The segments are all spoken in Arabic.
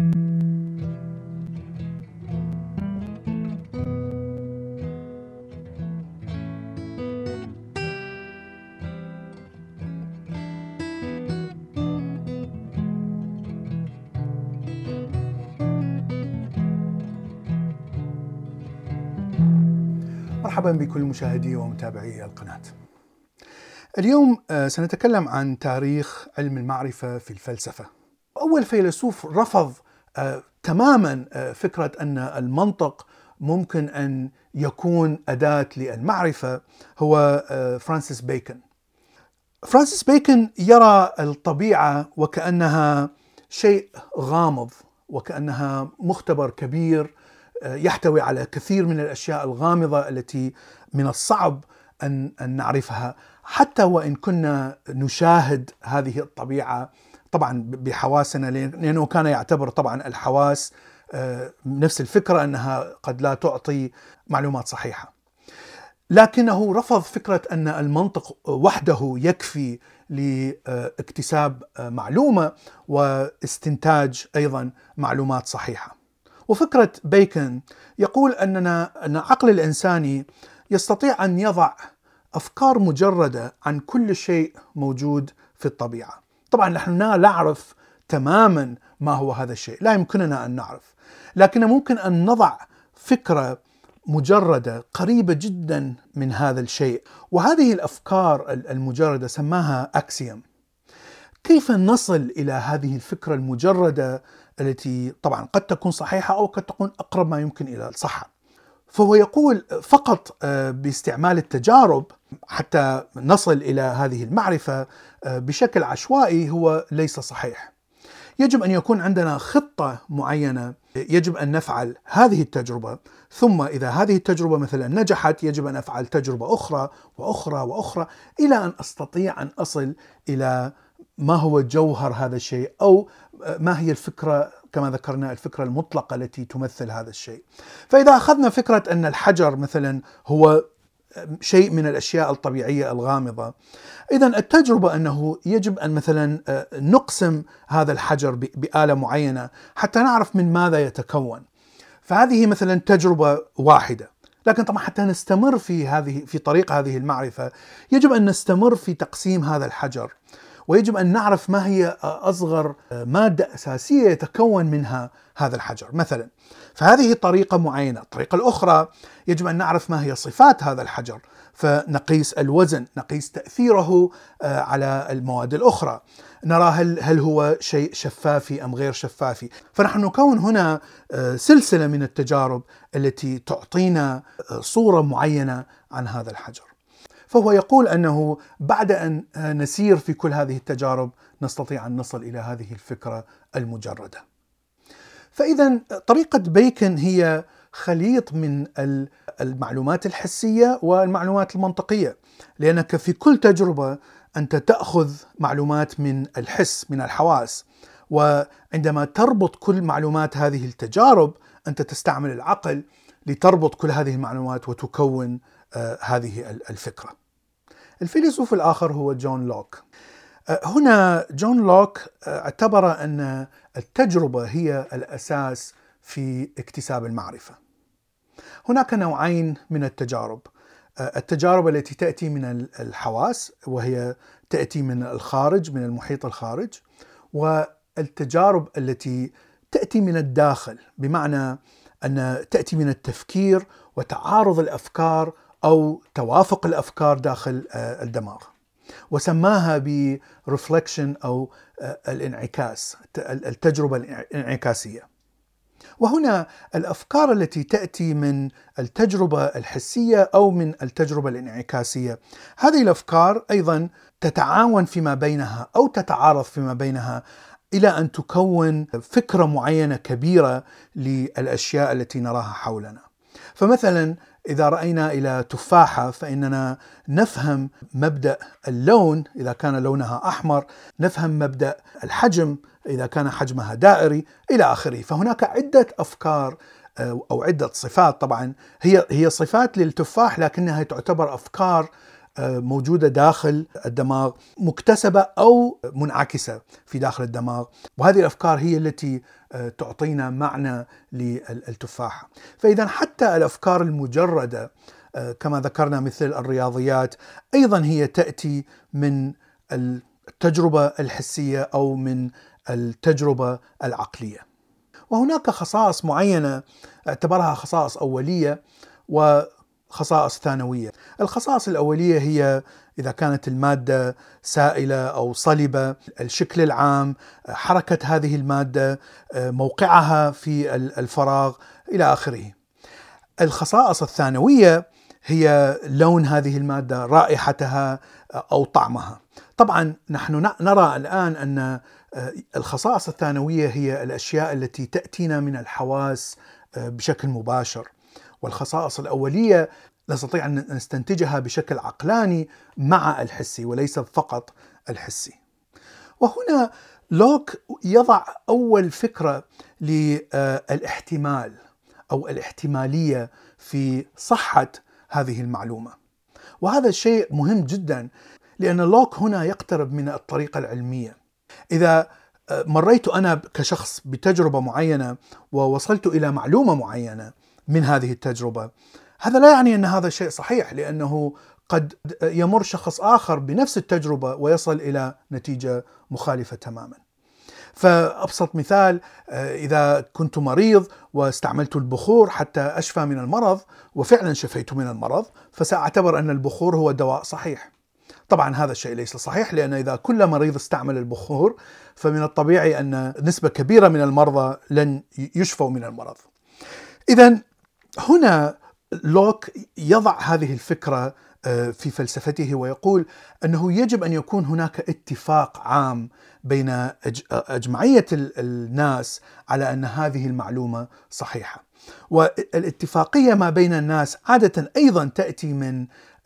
مرحبا بكل مشاهدي ومتابعي القناة. اليوم سنتكلم عن تاريخ علم المعرفة في الفلسفة. أول فيلسوف رفض تماما فكرة أن المنطق ممكن أن يكون أداة للمعرفة هو فرانسيس بيكون. فرانسيس بيكون يرى الطبيعة وكأنها شيء غامض، وكأنها مختبر كبير يحتوي على كثير من الأشياء الغامضة التي من الصعب أن نعرفها، حتى وإن كنا نشاهد هذه الطبيعة طبعا بحواسنا، لأنه كان يعتبر طبعا الحواس نفس الفكرة أنها قد لا تعطي معلومات صحيحة. لكنه رفض فكرة أن المنطق وحده يكفي لاكتساب معلومة واستنتاج أيضا معلومات صحيحة. وفكرة بيكون يقول أن عقل الإنساني يستطيع أن يضع أفكار مجردة عن كل شيء موجود في الطبيعة. طبعا نحن لا نعرف تماما ما هو هذا الشيء، لا يمكننا أن نعرف، لكن ممكن أن نضع فكرة مجردة قريبة جدا من هذا الشيء، وهذه الأفكار المجردة سماها أكسيوم. كيف نصل إلى هذه الفكرة المجردة التي طبعا قد تكون صحيحة أو قد تكون أقرب ما يمكن إلى الصحة؟ فهو يقول فقط باستعمال التجارب حتى نصل إلى هذه المعرفة بشكل عشوائي هو ليس صحيح. يجب أن يكون عندنا خطة معينة، يجب أن نفعل هذه التجربة، ثم إذا هذه التجربة مثلا نجحت يجب أن أفعل تجربة أخرى وأخرى وأخرى إلى أن أستطيع أن أصل إلى ما هو جوهر هذا الشيء، أو ما هي الفكرة كما ذكرنا الفكرة المطلقة التي تمثل هذا الشيء. فإذا أخذنا فكرة أن الحجر مثلا هو شيء من الأشياء الطبيعية الغامضة، إذن التجربة أنه يجب أن مثلا نقسم هذا الحجر بآلة معينة حتى نعرف من ماذا يتكون. فهذه مثلا تجربة واحدة، لكن طبعا حتى نستمر في طريق هذه المعرفة يجب أن نستمر في تقسيم هذا الحجر، ويجب أن نعرف ما هي أصغر مادة أساسية يتكون منها هذا الحجر مثلا. فهذه طريقة معينة. الطريقة الأخرى يجب أن نعرف ما هي صفات هذا الحجر، فنقيس الوزن، نقيس تأثيره على المواد الأخرى، نرى هل هو شيء شفافي أم غير شفافي. فنحن نكون هنا سلسلة من التجارب التي تعطينا صورة معينة عن هذا الحجر. فهو يقول أنه بعد أن نسير في كل هذه التجارب نستطيع أن نصل إلى هذه الفكرة المجردة. فإذا طريقة بيكون هي خليط من المعلومات الحسية والمعلومات المنطقية، لأنك في كل تجربة أنت تأخذ معلومات من الحس، من الحواس، وعندما تربط كل معلومات هذه التجارب أنت تستعمل العقل لتربط كل هذه المعلومات وتكون هذه الفكرة. الفيلسوف الآخر هو جون لوك. هنا جون لوك اعتبر أن التجربة هي الأساس في اكتساب المعرفة. هناك نوعين من التجارب: التجارب التي تأتي من الحواس وهي تأتي من الخارج، من المحيط الخارج، والتجارب التي تأتي من الداخل، بمعنى أن تأتي من التفكير وتعارض الأفكار أو توافق الأفكار داخل الدماغ، وسماها برفلكشن أو الانعكاس، التجربة الانعكاسية. وهنا الأفكار التي تأتي من التجربة الحسية أو من التجربة الانعكاسية، هذه الأفكار أيضا تتعاون فيما بينها أو تتعارض فيما بينها إلى أن تكون فكرة معينة كبيرة للأشياء التي نراها حولنا. فمثلا إذا رأينا إلى تفاحة فإننا نفهم مبدأ اللون إذا كان لونها أحمر، نفهم مبدأ الحجم إذا كان حجمها دائري إلى آخره. فهناك عدة أفكار أو عدة صفات، طبعا هي صفات للتفاح لكنها تعتبر أفكار موجودة داخل الدماغ، مكتسبة أو منعكسة في داخل الدماغ، وهذه الأفكار هي التي تعطينا معنى للتفاحة. فإذا حتى الأفكار المجردة كما ذكرنا مثل الرياضيات أيضا هي تأتي من التجربة الحسية أو من التجربة العقلية. وهناك خصائص معينة اعتبرها خصائص أولية وخصائص ثانوية. الخصائص الأولية هي إذا كانت المادة سائلة أو صلبة، الشكل العام، حركة هذه المادة، موقعها في الفراغ إلى آخره. الخصائص الثانوية هي لون هذه المادة، رائحتها أو طعمها. طبعا نحن نرى الآن أن الخصائص الثانوية هي الأشياء التي تأتينا من الحواس بشكل مباشر، والخصائص الأولية نستطيع أن نستنتجها بشكل عقلاني مع الحسي وليس فقط الحسي. وهنا لوك يضع أول فكرة للاحتمال أو الاحتمالية في صحة هذه المعلومة، وهذا الشيء مهم جدا لأن لوك هنا يقترب من الطريقة العلمية. إذا مريت أنا كشخص بتجربة معينة ووصلت إلى معلومة معينة من هذه التجربة، هذا لا يعني أن هذا الشيء صحيح، لأنه قد يمر شخص آخر بنفس التجربة ويصل إلى نتيجة مخالفة تماما. فأبسط مثال، إذا كنت مريض واستعملت البخور حتى أشفى من المرض وفعلا شفيت من المرض، فسأعتبر أن البخور هو دواء صحيح. طبعا هذا الشيء ليس صحيح، لأن إذا كل مريض استعمل البخور فمن الطبيعي أن نسبة كبيرة من المرضى لن يشفوا من المرض. إذن هنا لوك يضع هذه الفكرة في فلسفته ويقول أنه يجب أن يكون هناك اتفاق عام بين أجمعية الناس على أن هذه المعلومة صحيحة. والاتفاقية ما بين الناس عادة أيضا تأتي من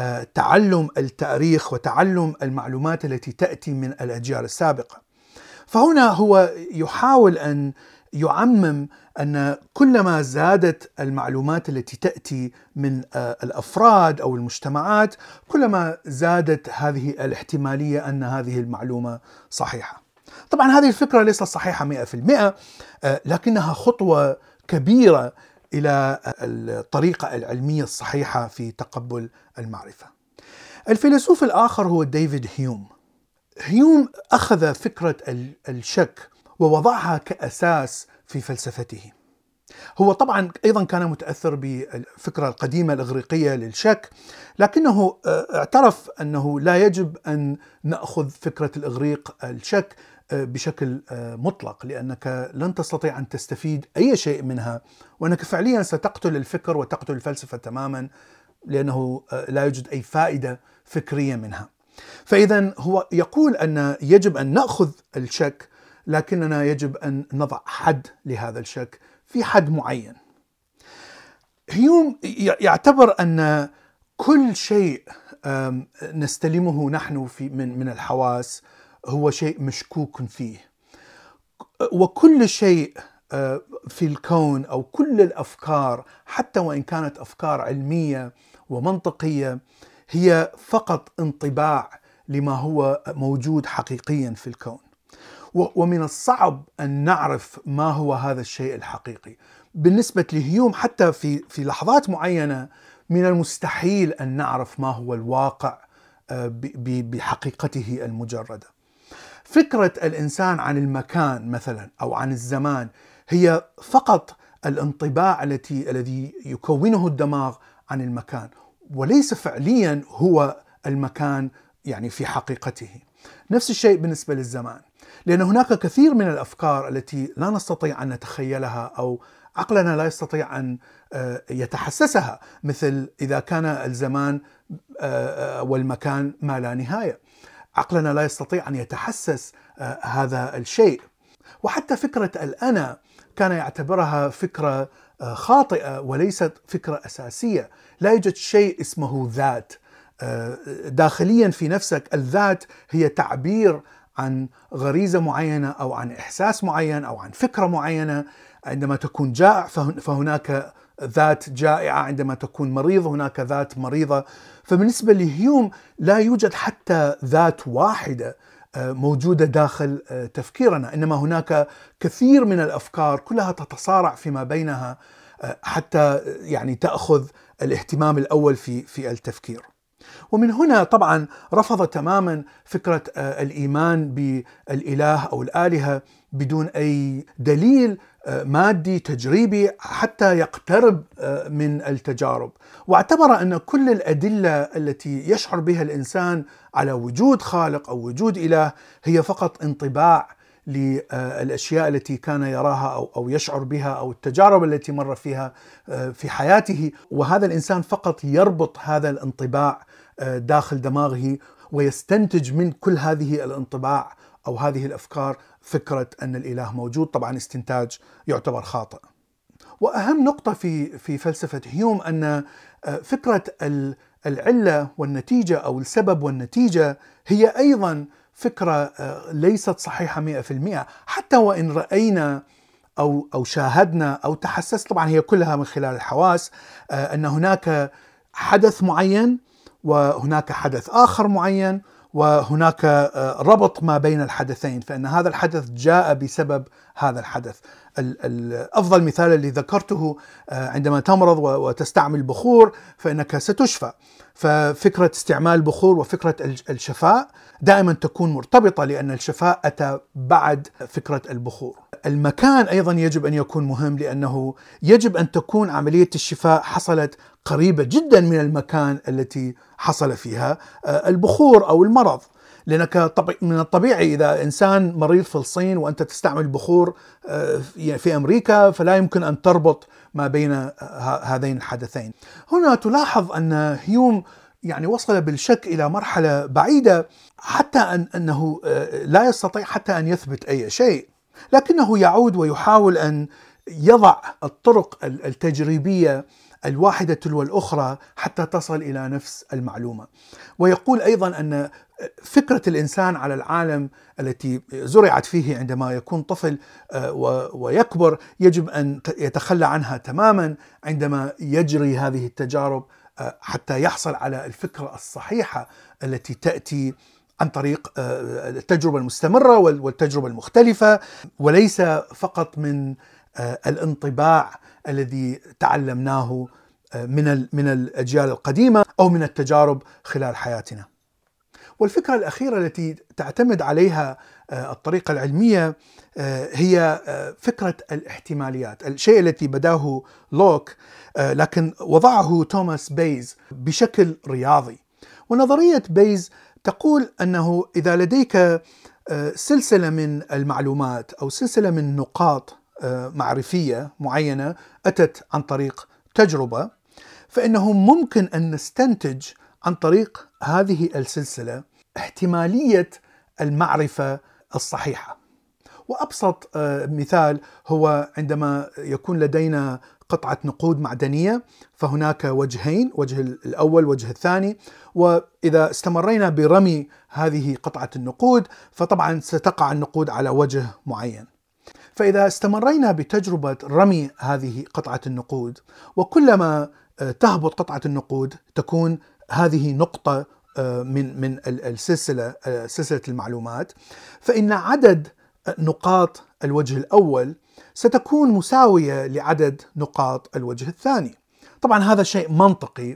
تعلم التاريخ وتعلم المعلومات التي تأتي من الأجيال السابقة. فهنا هو يحاول أن يعمم أن كلما زادت المعلومات التي تأتي من الأفراد أو المجتمعات، كلما زادت هذه الاحتمالية أن هذه المعلومة صحيحة. طبعا هذه الفكرة ليست صحيحة 100%، لكنها خطوة كبيرة إلى الطريقة العلمية الصحيحة في تقبل المعرفة. الفيلسوف الآخر هو ديفيد هيوم. هيوم أخذ فكرة الشك ووضعها كأساس في فلسفته. هو طبعا أيضا كان متأثر بالفكرة القديمة الإغريقية للشك، لكنه اعترف أنه لا يجب أن نأخذ فكرة الإغريق الشك بشكل مطلق، لأنك لن تستطيع أن تستفيد أي شيء منها، وأنك فعليا ستقتل الفكر وتقتل الفلسفة تماما، لأنه لا يوجد أي فائدة فكرية منها. فإذا هو يقول أن يجب أن نأخذ الشك، لكننا يجب أن نضع حد لهذا الشك في حد معين. هيوم يعتبر أن كل شيء نستلمه نحن من الحواس هو شيء مشكوك فيه، وكل شيء في الكون أو كل الأفكار حتى وإن كانت أفكار علمية ومنطقية هي فقط انطباع لما هو موجود حقيقيا في الكون. ومن الصعب أن نعرف ما هو هذا الشيء الحقيقي. بالنسبة لهيوم حتى في لحظات معينة من المستحيل أن نعرف ما هو الواقع بحقيقته المجردة. فكرة الإنسان عن المكان مثلا أو عن الزمان هي فقط الانطباع الذي يكونه الدماغ عن المكان، وليس فعليا هو المكان يعني في حقيقته. نفس الشيء بالنسبة للزمان، لأن هناك كثير من الأفكار التي لا نستطيع أن نتخيلها أو عقلنا لا يستطيع أن يتحسسها، مثل إذا كان الزمان والمكان ما لا نهاية، عقلنا لا يستطيع أن يتحسس هذا الشيء. وحتى فكرة الأنا كان يعتبرها فكرة خاطئة وليست فكرة أساسية. لا يوجد شيء اسمه ذات داخليا في نفسك. الذات هي تعبير عن غريزة معينة أو عن إحساس معين أو عن فكرة معينة. عندما تكون جائع فهناك ذات جائعة عندما تكون مريض، هناك ذات مريضة. فبالنسبة لهيوم لا يوجد حتى ذات واحدة موجودة داخل تفكيرنا، إنما هناك كثير من الأفكار كلها تتصارع فيما بينها حتى يعني تأخذ الاهتمام الأول في التفكير. ومن هنا طبعا رفض تماما فكرة الإيمان بالإله أو الآلهة بدون أي دليل مادي تجريبي حتى يقترب من التجارب، واعتبر أن كل الأدلة التي يشعر بها الإنسان على وجود خالق أو وجود إله هي فقط انطباع للأشياء التي كان يراها أو يشعر بها أو التجارب التي مر فيها في حياته، وهذا الإنسان فقط يربط هذا الانطباع داخل دماغه ويستنتج من كل هذه الانطباع أو هذه الأفكار فكرة أن الإله موجود. طبعا استنتاج يعتبر خاطئ. وأهم نقطة في فلسفة هيوم أن فكرة العلة والنتيجة أو السبب والنتيجة هي أيضا فكرة ليست صحيحة 100%، حتى وإن رأينا أو شاهدنا أو تحسست، طبعا هي كلها من خلال الحواس، أن هناك حدث معين وهناك حدث آخر معين وهناك ربط ما بين الحدثين، فإن هذا الحدث جاء بسبب هذا الحدث. الأفضل مثال اللي ذكرته عندما تمرض وتستعمل بخور فإنك ستشفى، ففكرة استعمال البخور وفكرة الشفاء دائما تكون مرتبطة، لأن الشفاء أتى بعد فكرة البخور. المكان أيضا يجب أن يكون مهم، لأنه يجب أن تكون عملية الشفاء حصلت قريبة جدا من المكان التي حصل فيها البخور أو المرض، لأنك من الطبيعي إذا إنسان مريض في الصين وأنت تستعمل بخور في أمريكا فلا يمكن أن تربط ما بين هذين الحدثين. هنا تلاحظ أن هيوم يعني وصل بالشك إلى مرحلة بعيدة، حتى أنه لا يستطيع حتى أن يثبت أي شيء، لكنه يعود ويحاول أن يضع الطرق التجريبية الواحدة تلو الأخرى حتى تصل إلى نفس المعلومة. ويقول أيضا أن فكرة الإنسان على العالم التي زرعت فيه عندما يكون طفل ويكبر يجب أن يتخلى عنها تماما عندما يجري هذه التجارب حتى يحصل على الفكرة الصحيحة التي تأتي عن طريق التجربة المستمرة والتجربة المختلفة، وليس فقط من الانطباع الذي تعلمناه من الأجيال القديمة أو من التجارب خلال حياتنا. والفكرة الأخيرة التي تعتمد عليها الطريقة العلمية هي فكرة الاحتماليات، الشيء الذي بداه لوك لكن وضعه توماس بيز بشكل رياضي. ونظرية بيز تقول أنه إذا لديك سلسلة من المعلومات أو سلسلة من نقاط معرفية معينة أتت عن طريق تجربة، فإنه ممكن أن نستنتج عن طريق هذه السلسلة احتمالية المعرفة الصحيحة. وأبسط مثال هو عندما يكون لدينا قطعة نقود معدنية، فهناك وجهين، وجه الأول وجه الثاني، وإذا استمرينا برمي هذه قطعة النقود فطبعا ستقع النقود على وجه معين. فإذا استمرينا بتجربة رمي هذه قطعة النقود، وكلما تهبط قطعة النقود تكون هذه نقطة من السلسلة سلسلة المعلومات، فإن عدد نقاط الوجه الأول ستكون مساوية لعدد نقاط الوجه الثاني. طبعا هذا شيء منطقي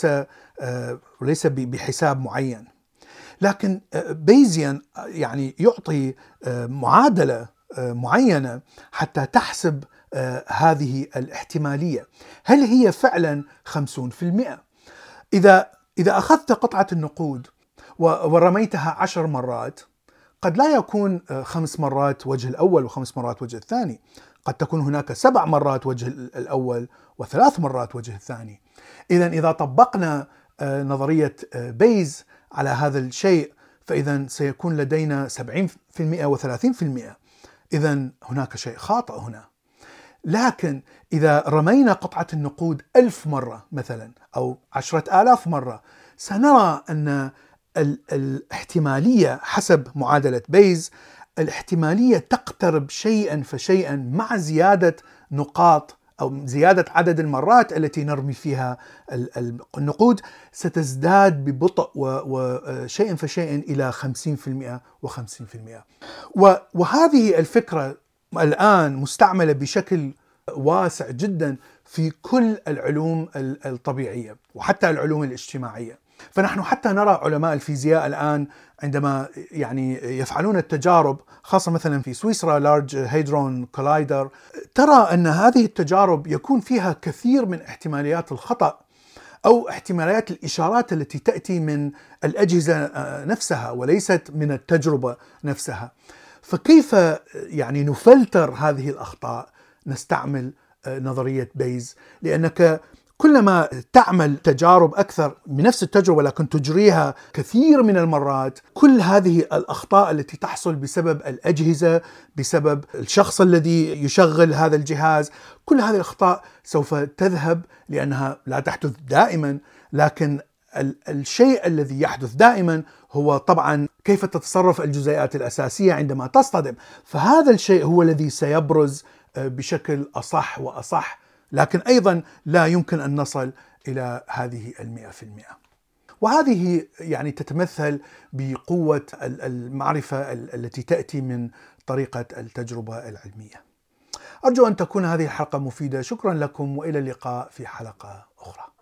وليس بحساب معين، لكن بيزيان يعني يعطي معادلة معينة حتى تحسب هذه الاحتمالية، هل هي فعلا 50%؟ إذا أخذت قطعة النقود ورميتها 10 مرات، قد لا يكون 5 مرات وجه الأول و5 مرات وجه الثاني، قد تكون هناك 7 مرات وجه الأول و3 مرات وجه الثاني. إذا طبقنا نظرية بيز على هذا الشيء فإذا سيكون لدينا 70% و30%. إذا هناك شيء خاطئ هنا. لكن إذا رمينا قطعة النقود 1000 مرة مثلا أو 10,000 مرة، سنرى أن الاحتمالية حسب معادلة بيز، الاحتمالية تقترب شيئا فشيئا مع زيادة نقاط أو زيادة عدد المرات التي نرمي فيها النقود ستزداد ببطء وشيء فشيء إلى 50% و50%. وهذه الفكرة الآن مستعملة بشكل واسع جدا في كل العلوم الطبيعية وحتى العلوم الاجتماعية. فنحن حتى نرى علماء الفيزياء الآن عندما يفعلون التجارب، خاصة مثلا في سويسرا لارج هيدرون كولايدر، ترى أن هذه التجارب يكون فيها كثير من احتماليات الخطأ أو احتماليات الإشارات التي تأتي من الأجهزة نفسها وليست من التجربة نفسها. فكيف نفلتر هذه الأخطاء؟ نستعمل نظرية بيز، لأنك كلما تعمل تجارب أكثر بنفس التجربة لكن تجريها كثير من المرات، كل هذه الأخطاء التي تحصل بسبب الأجهزة، بسبب الشخص الذي يشغل هذا الجهاز، كل هذه الأخطاء سوف تذهب لأنها لا تحدث دائما. لكن الشيء الذي يحدث دائما هو طبعا كيف تتصرف الجزيئات الأساسية عندما تصطدم، فهذا الشيء هو الذي سيبرز بشكل أصح وأصح، لكن أيضا لا يمكن أن نصل إلى هذه 100%. وهذه تتمثل بقوة المعرفة التي تأتي من طريقة التجربة العلمية. أرجو أن تكون هذه الحلقة مفيدة. شكرا لكم وإلى اللقاء في حلقة أخرى.